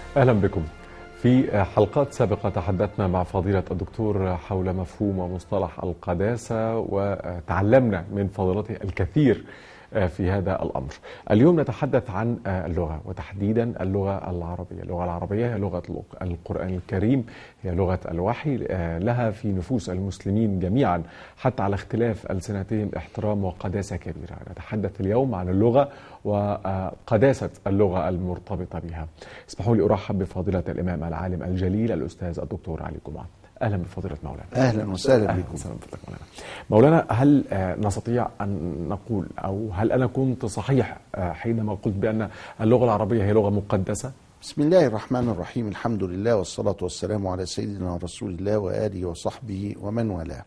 أهلا بكم. في حلقات سابقة تحدثنا مع فضيلة الدكتور حول مفهوم ومصطلح القداسة، وتعلمنا من فضيلته الكثير في هذا الأمر. اليوم نتحدث عن اللغة، وتحديدا اللغة العربية. اللغة العربية هي لغة القرآن الكريم، هي لغة الوحي، لها في نفوس المسلمين جميعا حتى على اختلاف ألسنتهم احترام وقداسة كبيرة. نتحدث اليوم عن اللغة وقداسة اللغة المرتبطة بها. اسمحوا لي أرحب بفضيلة الإمام العالم الجليل الأستاذ الدكتور علي جمعة. أهلا بفضيلة مولانا. أهلا وسهلا بكم. مولانا، هل نستطيع أن نقول، أو هل أنا كنت صحيح حينما قلت بأن اللغة العربية هي لغة مقدسة؟ بسم الله الرحمن الرحيم، الحمد لله والصلاة والسلام على سيدنا رسول الله وآله وصحبه ومن والاه.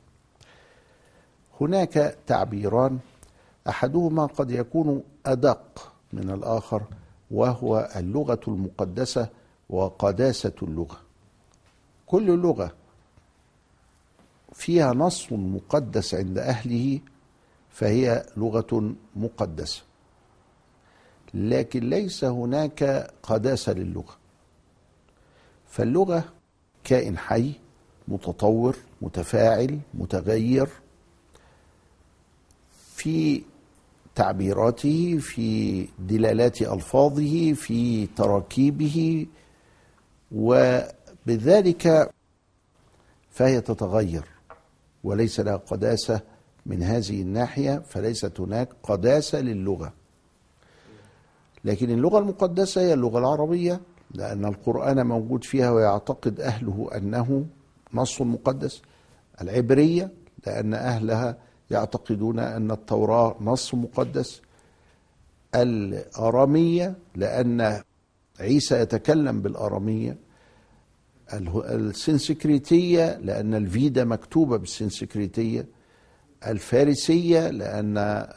هناك تعبيران أحدهما قد يكون أدق من الآخر، وهو اللغة المقدسة وقداسة اللغة. كل لغة فيها نص مقدس عند أهله فهي لغة مقدسة، لكن ليس هناك قداسة للغة. فاللغة كائن حي متطور متفاعل متغير في تعبيراته، في دلالات ألفاظه، في تراكيبه، وبذلك فهي تتغير وليس لها قداسة. من هذه الناحية فليست هناك قداسة للغة. لكن اللغة المقدسة هي اللغة العربية، لأن القرآن موجود فيها ويعتقد أهله أنه نص مقدس. العبرية لأن أهلها يعتقدون أن التوراة نص مقدس. الآرامية لأن عيسى يتكلم بالآرامية. السنسكريتية لأن الفيدا مكتوبة بالسنسكريتية. الفارسية لأن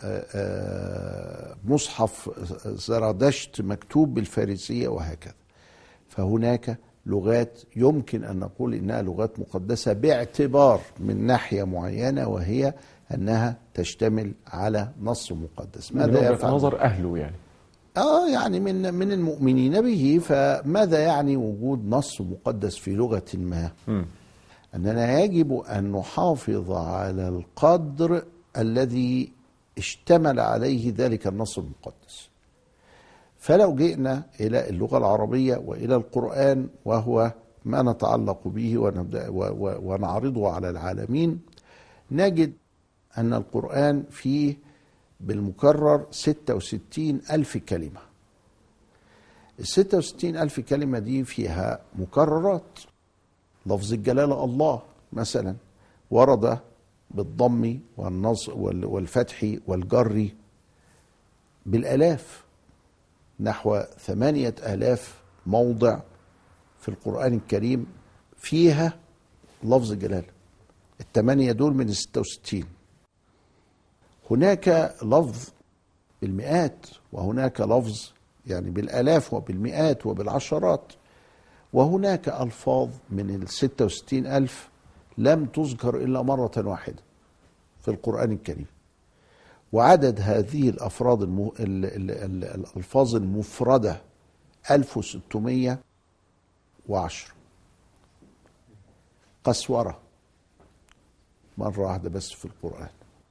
مصحف زرادشت مكتوب بالفارسية، وهكذا. فهناك لغات يمكن أن نقول إنها لغات مقدسة باعتبار من ناحية معينة، وهي أنها تشتمل على نص مقدس. ماذا يفعل نظر أهله يعني؟ يعني من المؤمنين به. فماذا يعني وجود نص مقدس في لغة ما؟ أننا يجب أن نحافظ على القدر الذي اشتمل عليه ذلك النص المقدس. فلو جئنا إلى اللغة العربية وإلى القرآن، وهو ما نتعلق به ونعرضه على العالمين، نجد أن القرآن فيه بالمكرر 66,000 كلمة. 66,000 كلمة دي فيها مكررات. لفظ الجلالة الله مثلا ورد بالضم والفتح والجر بالآلاف، نحو 8,000 موضع في القرآن الكريم فيها لفظ الجلالة. 8 دول من 66. هناك لفظ بالمئات، وهناك لفظ يعني بالآلاف وبالمئات وبالعشرات، وهناك ألفاظ من 66,000 لم تذكر إلا مرة واحدة في القرآن الكريم. وعدد هذه الألفاظ المفردة 1610. قسورة مرة واحدة بس في القرآن.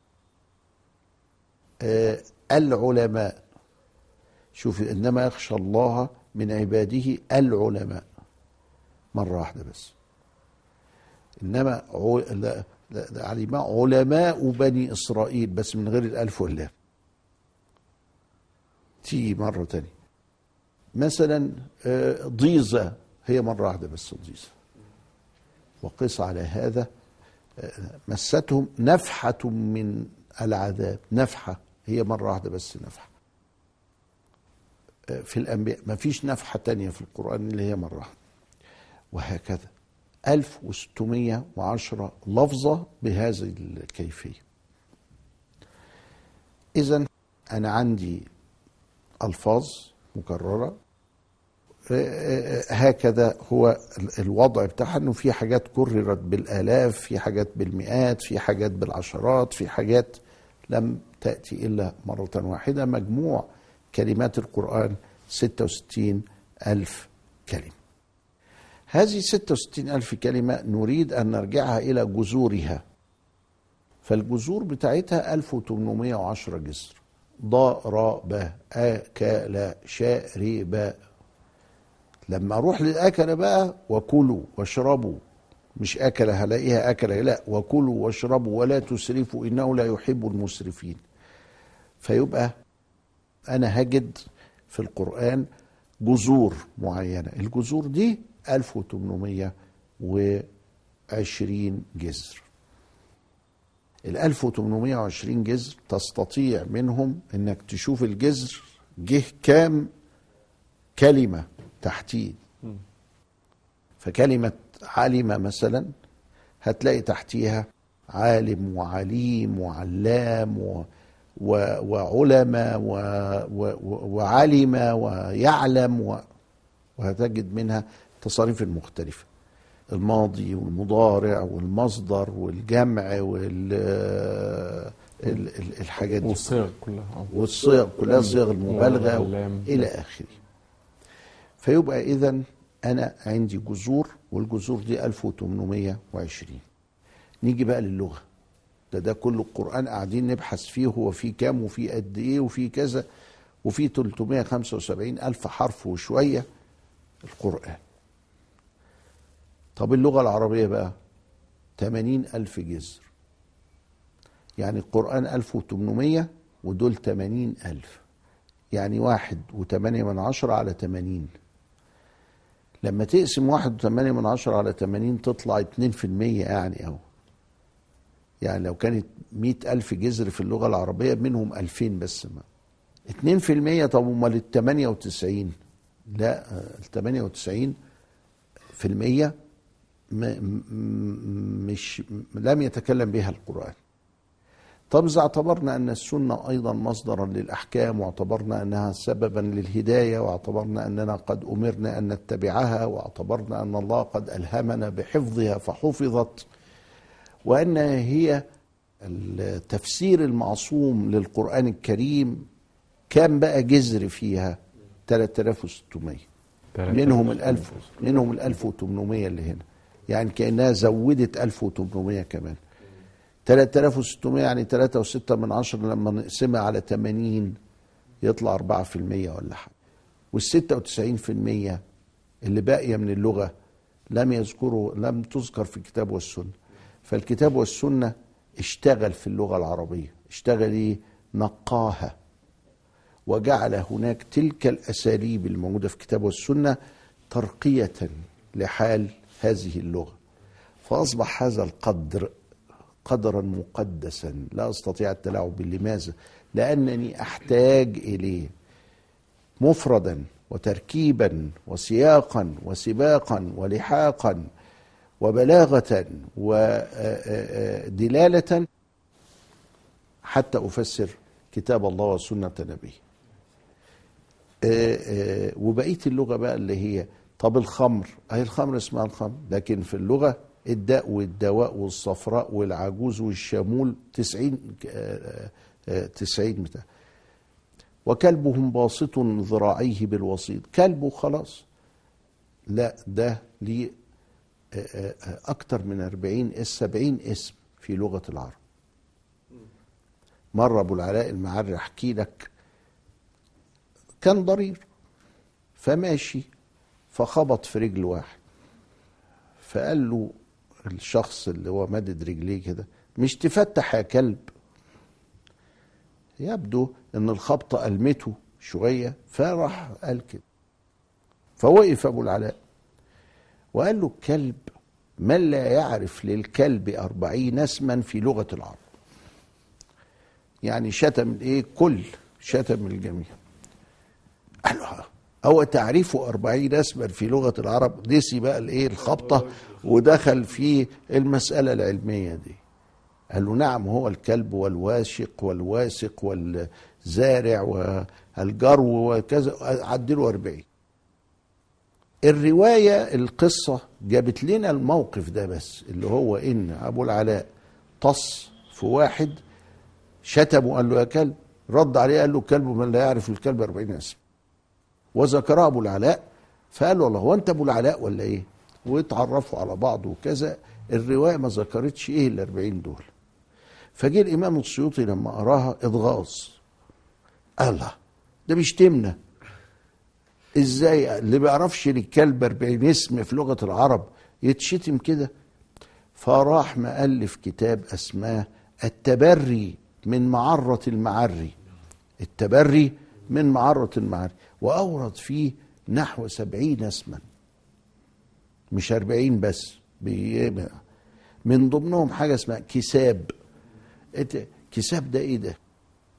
العلماء، شوف، إنما يخشى الله من عباده العلماء، مرة واحدة بس. إنما علماء بني إسرائيل، بس من غير الألف واللام. تيجي مرة تانية مثلا ضيزة، هي مرة واحدة بس ضيزة. وقس على هذا مستهم نفحة من العذاب، نفحة هي مرة واحدة بس نفحة. في الأنبياء ما فيش نفحة تانية في القرآن اللي هي مرة واحدة. وهكذا 1610 لفظة بهذه الكيفية. إذن أنا عندي ألفاظ مكررة، هكذا هو الوضع بتاعها، انه في حاجات كررت بالآلاف، في حاجات بالمئات، في حاجات بالعشرات، في حاجات لم تأتي إلا مرة واحدة. مجموع كلمات القرآن 66,000 كلمة. هذه 66,000 كلمة نريد أن نرجعها إلى جذورها، فالجذور بتاعتها 1810 جذر. ضرب، أكل، شرب. لما أروح للأكل بقى، وكلوا واشربوا، مش أكل هلاقيها أكل، لا، وكلوا واشربوا ولا تسرفوا إنه لا يحب المسرفين. فيبقى أنا هجد في القرآن جذور معينة، الجذور دي 1820 جذر. ال 1820 جذر تستطيع منهم انك تشوف الجذر جه كام كلمة تحتيه. فكلمة علم مثلا هتلاقي تحتيها عالم وعليم وعلام وعلماء وعلم ويعلم وهتجد منها تصاريف مختلفة، الماضي والمضارع والمصدر والجمع والحاجات دي، والصيغ كلها صيغ المبالغة إلى آخره. فيبقى إذن أنا عندي جذور، والجذور دي 1820. نيجي بقى للغة. ده كل القرآن قاعدين نبحث فيه، هو فيه كام وفيه قد إيه وفيه كذا، وفيه 375 ألف حرف وشوية القرآن. طب اللغة العربية بقى 80,000 جذر، يعني القرآن 1800 ودول 80,000، يعني 1.8 على 80. لما تقسم 1.8 على 80 تطلع 2%، يعني أهو. يعني لو كانت 100,000 جذر في اللغة العربية منهم 2000 بس، ما 2%. طب امال 98؟ لا، 98% مش لم يتكلم بها القرآن. طب إذا اعتبرنا أن السنة أيضا مصدرا للأحكام، واعتبرنا أنها سببا للهداية، واعتبرنا أننا قد أمرنا أن نتبعها، واعتبرنا أن الله قد ألهمنا بحفظها فحفظت، وأن هي التفسير المعصوم للقرآن الكريم، كان بقى جذر فيها 3600، منهم ال 1800 اللي هنا، يعني كأنها زودت 1800 كمان. 3600 يعني 3.6 لما نقسمها على 80 يطلع 4% ولا حاجة. وال96% اللي باقية من اللغة لم تذكر في الكتاب والسنة. فالكتاب والسنة اشتغل في اللغة العربية، اشتغل ايه؟ نقاها، وجعل هناك تلك الأساليب الموجودة في الكتاب والسنة ترقية لحال هذه اللغة. فأصبح هذا القدر قدرا مقدسا لا أستطيع التلاعب به. لماذا؟ لأنني أحتاج إليه مفردا وتركيبا وسياقا وسباقا ولحاقا وبلاغة ودلالة حتى أفسر كتاب الله وسنة نبيه. وبقية اللغة بقى اللي هي، طب الخمر، أهي الخمر اسمها الخمر، لكن في اللغة الداء والدواء والصفراء والعجوز والشمول 90 بتاع. وكلبهم باسط ذراعيه بالوسيط، كلبه خلاص، لا، ده ليه أكتر من 70 اسم في لغة العرب. مرة أبو العلاء المعري أحكي لك، كان ضرير فماشي فخبط في رجل واحد، فقال له الشخص اللي هو مدد رجليه كده، مش تفتح يا كلب؟ يبدو ان الخبطة ألمته شوية، فراح قال كده. فوقف أبو العلاء وقال له الكلب من لا يعرف للكلب 40 اسما في لغة العرب. يعني شتم ايه؟ كل شتم الجميع. قال له هو تعريف 40 اسما في لغة العرب؟ نسي بقى الايه الخبطة ودخل في المسألة العلمية دي. قال له نعم، هو الكلب والواشق والواسق والزارع والجرو وكذا، عدله 40. الرواية القصة جابت لنا الموقف ده بس، اللي هو ان ابو العلاء طص في واحد شتمه، قال له يا كلب، رد عليه قال له كلب من لا يعرف الكلب 40 اسم. وذكرها ابو العلاء، فقال له والله هو انت ابو العلاء ولا ايه؟ واتعرفوا على بعض وكذا. الرواية ما ذكرتش ايه ال40 دول. فجه الإمام السيوطي لما قراها اتغاظ. الله، ده بيشتمنا ازاي؟ اللي بيعرفش للكلب 40 اسم في لغة العرب يتشتم كده؟ فراح مؤلف كتاب اسماه التبري من معرة المعري. التبري من معرة المعري، وأورد فيه نحو 70 اسما، مش 40 بس، من ضمنهم حاجة اسمها كساب. كساب ده ايه ده؟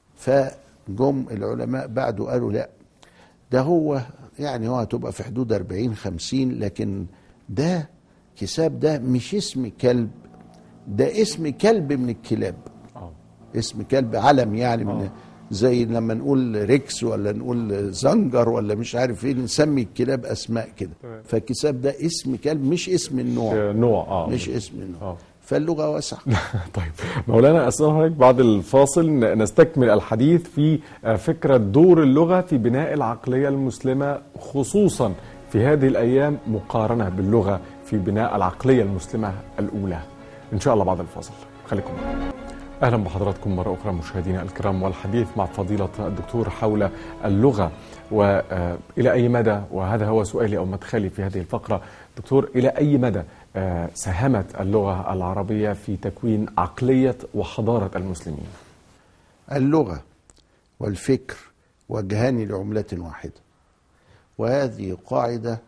فجم العلماء بعده قالوا لا، ده هو يعني هو هتبقى في حدود 40-50، لكن ده كساب ده مش اسم كلب، ده اسم كلب من الكلاب. اسم كلب علم يعني من زي لما نقول ريكس ولا نقول زنجر ولا مش عارف ايه، نسمي الكلاب اسماء كده. فالكساب ده اسم كلب مش اسم النوع. مش اسم النوع. فاللغة واسعة. طيب مولانا، أسألك بعد الفاصل نستكمل الحديث في فكرة دور اللغة في بناء العقلية المسلمة، خصوصا في هذه الأيام مقارنة باللغة في بناء العقلية المسلمة الأولى، إن شاء الله بعد الفاصل. خليكم معنا. أهلا بحضراتكم مرة أخرى مشاهدينا الكرام، والحديث مع فضيلة الدكتور حول اللغة، وإلى أي مدى، وهذا هو سؤالي أو مدخلي في هذه الفقرة دكتور، إلى أي مدى ساهمت اللغة العربية في تكوين عقلية وحضارة المسلمين؟ اللغة والفكر وجهان لعملة واحدة، وهذه قاعدة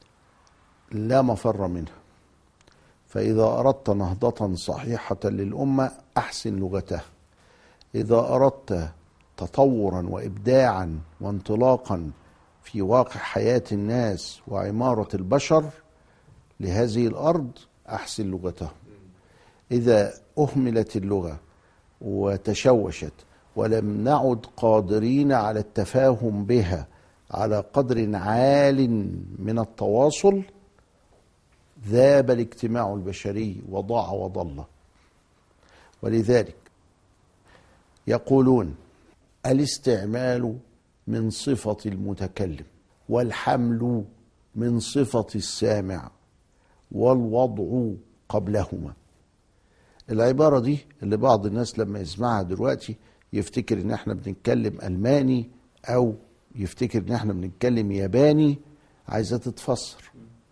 لا مفر منها. فإذا أردت نهضة صحيحة للأمة أحسن لغتها. إذا أردت تطورا وإبداعا وانطلاقا في واقع حياة الناس وعمارة البشر لهذه الأرض أحسن لغتها. إذا أهملت اللغة وتشوشت ولم نعد قادرين على التفاهم بها على قدر عال من التواصل، ذاب الاجتماع البشري وضاع وضل. ولذلك يقولون الاستعمال من صفة المتكلم، والحمل من صفة السامع، والوضع قبلهما. العبارة دي اللي بعض الناس لما يسمعها دلوقتي يفتكر ان احنا بنتكلم ألماني او يفتكر ان احنا بنتكلم ياباني، عايزة تتفسر.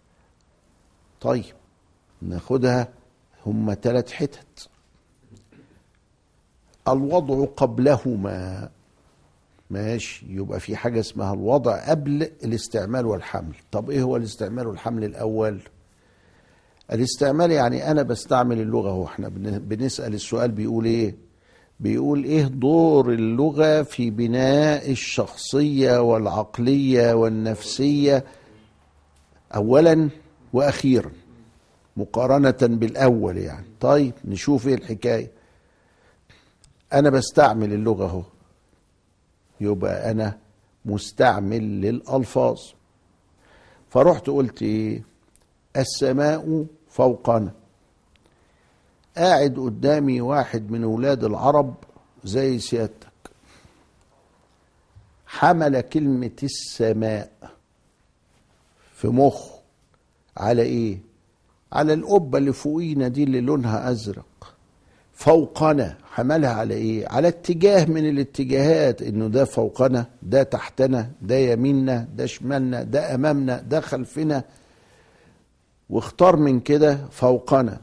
طيب ناخدها، هم 3 حتت. الوضع قبلهما، ماشي، يبقى في حاجة اسمها الوضع قبل الاستعمال والحمل. طب ايه هو الاستعمال والحمل الأول؟ الاستعمال يعني أنا بستعمل اللغة، هو احنا بنسأل السؤال بيقول ايه؟ بيقول ايه دور اللغة في بناء الشخصية والعقلية والنفسية أولا وأخيرا، مقارنة بالأول يعني. طيب نشوف ايه الحكاية. أنا بستعمل اللغة اهو، يبقى أنا مستعمل للألفاظ. فرحت قلت ايه؟ السماء فوقنا. قاعد قدامي واحد من أولاد العرب زي سيادتك، حمل كلمة السماء في مخه على ايه؟ على القبة اللي فوقينا دي اللي لونها أزرق. فوقنا حملها على ايه؟ على اتجاه من الاتجاهات، انه ده فوقنا، ده تحتنا، ده يميننا، ده شمالنا، ده امامنا، ده خلفنا، واختار من كده فوقنا.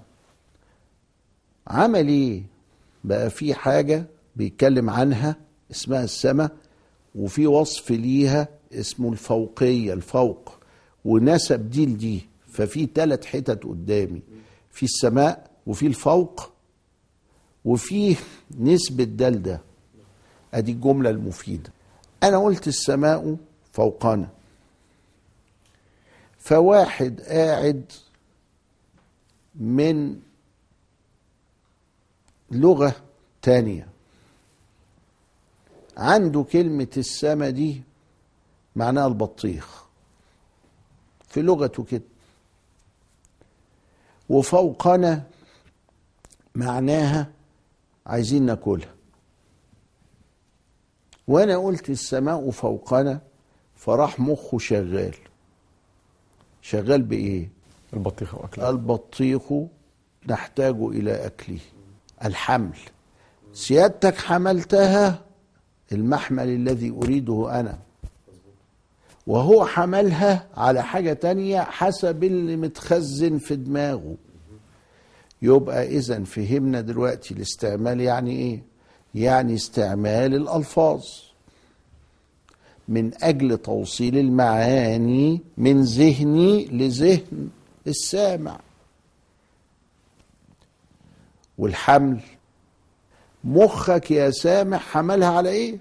عمل ايه؟ بقى في حاجة بيتكلم عنها اسمها السماء، وفي وصف ليها اسمه الفوقية، الفوق، ونسب دي لدي. ففي 3 حتت قدامي، في السماء وفي الفوق وفي نسبة ده. ادي الجملة المفيدة. انا قلت السماء فوقنا، فواحد قاعد من لغة تانية عنده كلمة السماء دي معناها البطيخ في لغته كده، وفوقنا معناها عايزين ناكلها. وانا قلت السماء فوقنا، فراح مخه شغال بايه؟ البطيخ وأكله. البطيخ نحتاج إلى أكله. الحمل، سيادتك حملتها المحمل الذي أريده أنا، وهو حملها على حاجة تانية حسب اللي متخزن في دماغه. يبقى إذن فهمنا دلوقتي الاستعمال يعني إيه؟ يعني استعمال الألفاظ من أجل توصيل المعاني من ذهني لذهن السامع. والحمل، مخك يا سامع حملها على إيه؟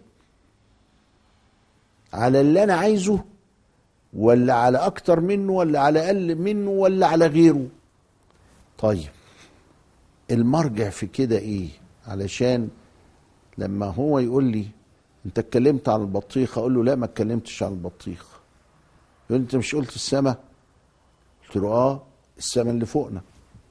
على اللي أنا عايزه، ولا على أكتر منه، ولا على أقل منه، ولا على غيره؟ طيب المرجع في كده إيه؟ علشان لما هو يقول لي أنت اتكلمت عن البطيخ، أقول له لا ما اتكلمتش عن البطيخ. يقول أنت مش قلت السماء؟ قلت له السماء اللي فوقنا.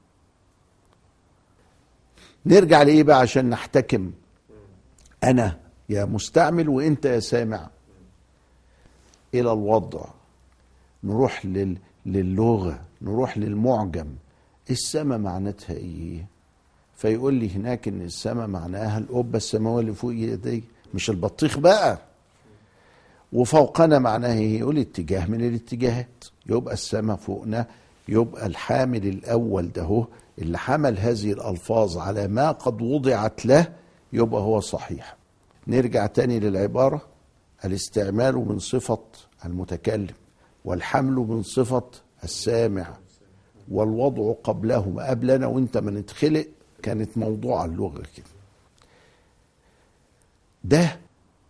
نرجع لإيه بقى عشان نحتكم، أنا يا مستعمل وإنت يا سامع، إلى الوضع. نروح للغة، نروح للمعجم. السماء معناتها إيه؟ فيقول لي هناك إن السماء معناها القبة السماوية اللي فوق يدي، مش البطيخ بقى. وفوقنا معناها إيه؟ يقول اتجاه من الاتجاهات. يبقى السماء فوقنا. يبقى الحامل الأول ده هو اللي حمل هذه الألفاظ على ما قد وضعت له، يبقى هو صحيح. نرجع تاني للعبارة. الاستعمال من صفة المتكلم، والحمل من صفة السامع، والوضع قبلهما. قبلنا وانت ما نتخلق كانت موضوع اللغة كده. ده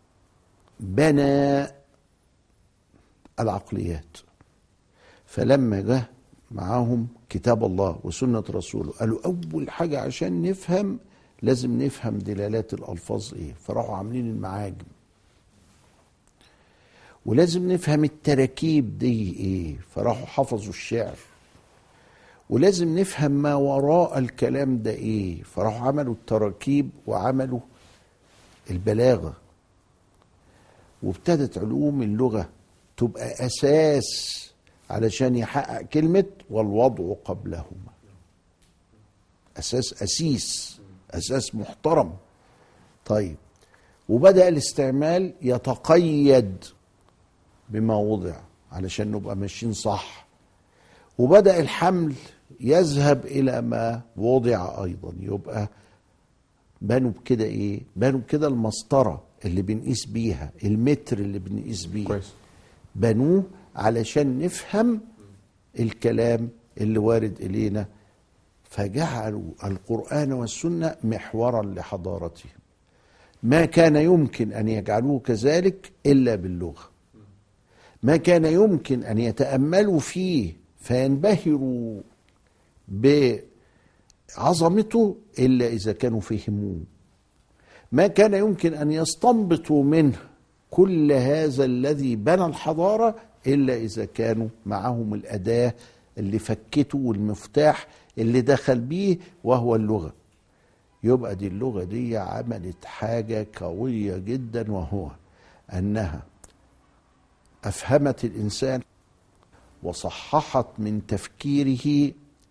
بنى العقليات. فلما جه معاهم كتاب الله وسنة رسوله، قالوا أول حاجة عشان نفهم لازم نفهم دلالات الألفاظ إيه، فراحوا عاملين المعاجم. ولازم نفهم التراكيب دي إيه، فراحوا حفظوا الشعر. ولازم نفهم ما وراء الكلام ده إيه، فراحوا عملوا التراكيب وعملوا البلاغة. وابتدت علوم اللغة تبقى أساس علشان يحقق كلمة والوضع قبلهما. أساس محترم. طيب، وبدأ الاستعمال يتقيد بما وضع علشان نبقى ماشيين صح. وبدأ الحمل يذهب إلى ما وضع أيضا. يبقى بنوا بكده إيه؟ بنوا بكده المسطرة اللي بنقيس بيها، المتر اللي بنقيس بيه كويس. بنوه علشان نفهم الكلام اللي وارد إلينا. فجعلوا القرآن والسنة محورا لحضارتهم. ما كان يمكن أن يجعلوه كذلك إلا باللغة. ما كان يمكن أن يتأملوا فيه فينبهروا بعظمته إلا إذا كانوا فهموه. ما كان يمكن أن يستنبطوا منه كل هذا الذي بنى الحضارة إلا إذا كانوا معهم الأداة اللي فكته والمفتاح اللي دخل بيه وهو اللغة. يبقى دي اللغة دي عملت حاجة قوية جدا، وهو أنها أفهمت الإنسان وصححت من تفكيره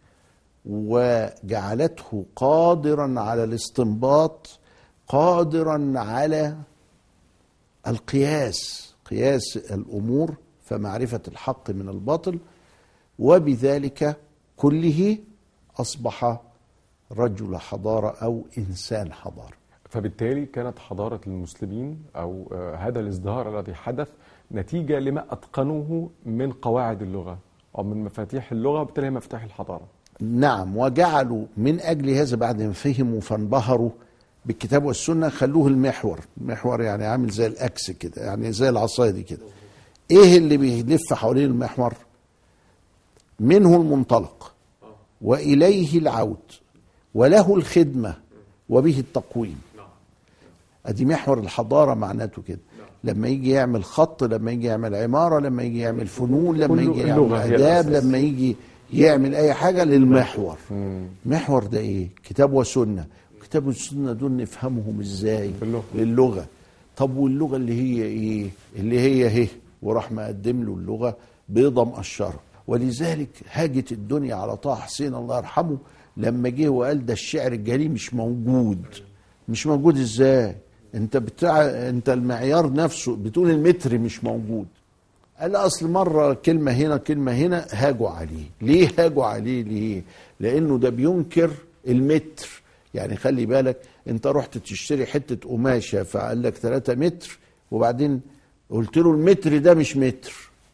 وجعلته قادرا على الاستنباط، قادرا على القياس، قياس الأمور، فمعرفة الحق من الباطل. وبذلك كله أصبح رجل حضارة أو إنسان حضارة. فبالتالي كانت حضارة المسلمين أو هذا الازدهار الذي حدث نتيجة لما أتقنوه من قواعد اللغة أو من مفاتيح اللغة، وبالتالي مفتاح الحضارة. نعم، وجعلوا من أجل هذا بعد ما فهموا فانبهروا بالكتاب والسنة خلوه المحور. المحور يعني عامل زي الأكس كده، يعني زي العصاية دي كده. إيه اللي بيلف حوالين المحور؟ منه المنطلق وإليه العود وله الخدمة وبه التقويم. أدي محور الحضارة معناته كده. لما يجي يعمل خط، لما يجي يعمل عمارة، لما يجي يعمل فنون، لما يجي يعمل آداب، لما يجي يعمل أي حاجة للمحور. محور ده إيه؟ كتاب وسنة. كتاب والسنة دول نفهمهم إزاي؟ للغة. طب واللغة اللي هي إيه؟ اللي هي وراح مقدم له اللغة بيضة مقشرة، ولذلك هاجت الدنيا على طه حسين الله يرحمه لما جه وقال ده الشعر الجاهلي مش موجود. مش موجود ازاي؟ انت المعيار نفسه بتقول المتر مش موجود. قال اصل مره كلمه هنا كلمه هنا هاجوا عليه. ليه هاجوا عليه؟ ليه؟ لانه ده بينكر المتر. يعني خلي بالك، انت رحت تشتري حته قماشه فقال لك 3 متر، وبعدين قلت له المتر ده مش متر،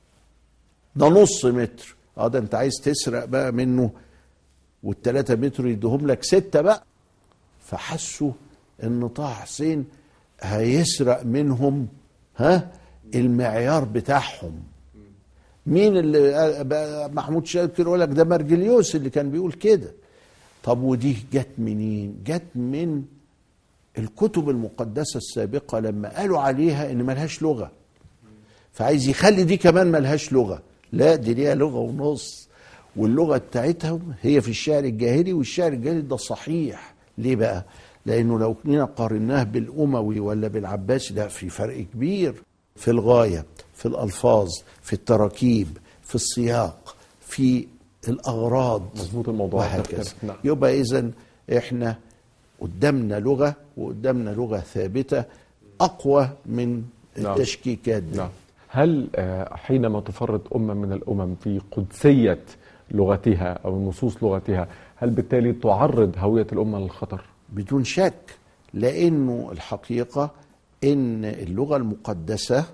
ده نص متر. ده انت عايز تسرق بقى منه، وال3 متر يديهم لك 6 بقى. فحسوا ان طه حسين هيسرق منهم المعيار بتاعهم. مين اللي محمود شاكر يقول لك ده مرجليوس اللي كان بيقول كده. طب ودي جت منين؟ جت من الكتب المقدسة السابقة لما قالوا عليها ان ملهاش لغة، فعايز يخلي دي كمان ملهاش لغة. لا، دي ليها لغة ونص، واللغة بتاعتهم هي في الشعر الجاهلي، والشعر الجاهلي ده صحيح. ليه بقى؟ لانه لو كنا قارناه بالاموي ولا بالعباسي، لا، في فرق كبير في الغاية، في الالفاظ، في التراكيب، في السياق، في الاغراض. مظبوط، الموضوع وهكذا. يبقى اذا احنا قدامنا لغة، وقدامنا لغة ثابتة أقوى من التشكيكات دي. نعم. هل حينما تفرط أمة من الأمم في قدسية لغتها أو نصوص لغتها، هل بالتالي تعرض هوية الأمة للخطر؟ بدون شك، لأنه الحقيقة إن اللغة المقدسة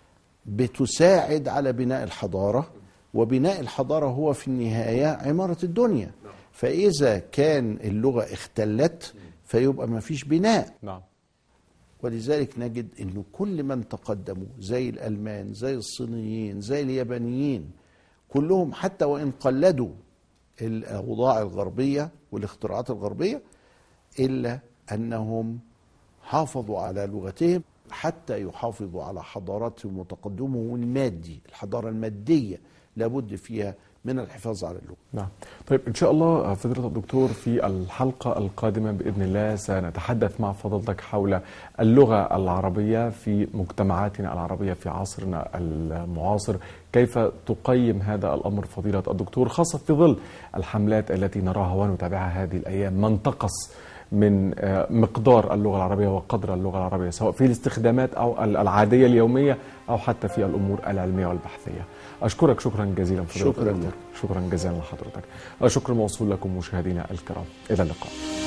بتساعد على بناء الحضارة، وبناء الحضارة هو في النهاية عمارة الدنيا. فإذا كان اللغة اختلت فيبقى ما فيش بناء. نعم. ولذلك نجد أنه كل من تقدموا زي الألمان، زي الصينيين، زي اليابانيين، كلهم حتى وإن قلدوا الأوضاع الغربية والاختراعات الغربية، إلا أنهم حافظوا على لغتهم حتى يحافظوا على حضاراتهم وتقدمهم المادي. الحضارة المادية لابد فيها من الحفاظ على اللغة. نعم. طيب إن شاء الله فضيلة الدكتور في الحلقة القادمة بإذن الله سنتحدث مع فضيلتك حول اللغة العربية في مجتمعاتنا العربية في عصرنا المعاصر. كيف تقيم هذا الأمر فضيلة الدكتور، خاصة في ظل الحملات التي نراها ونتابعها هذه الأيام، ما انتقص من مقدار اللغة العربية وقدر اللغة العربية، سواء في الاستخدامات أو العادية اليومية أو حتى في الأمور العلمية والبحثية. أشكرك شكرا جزيلا فضيلة الدكتور. شكرا جزيلا لحضرتك. الشكر موصول لكم مشاهدينا الكرام، إلى اللقاء.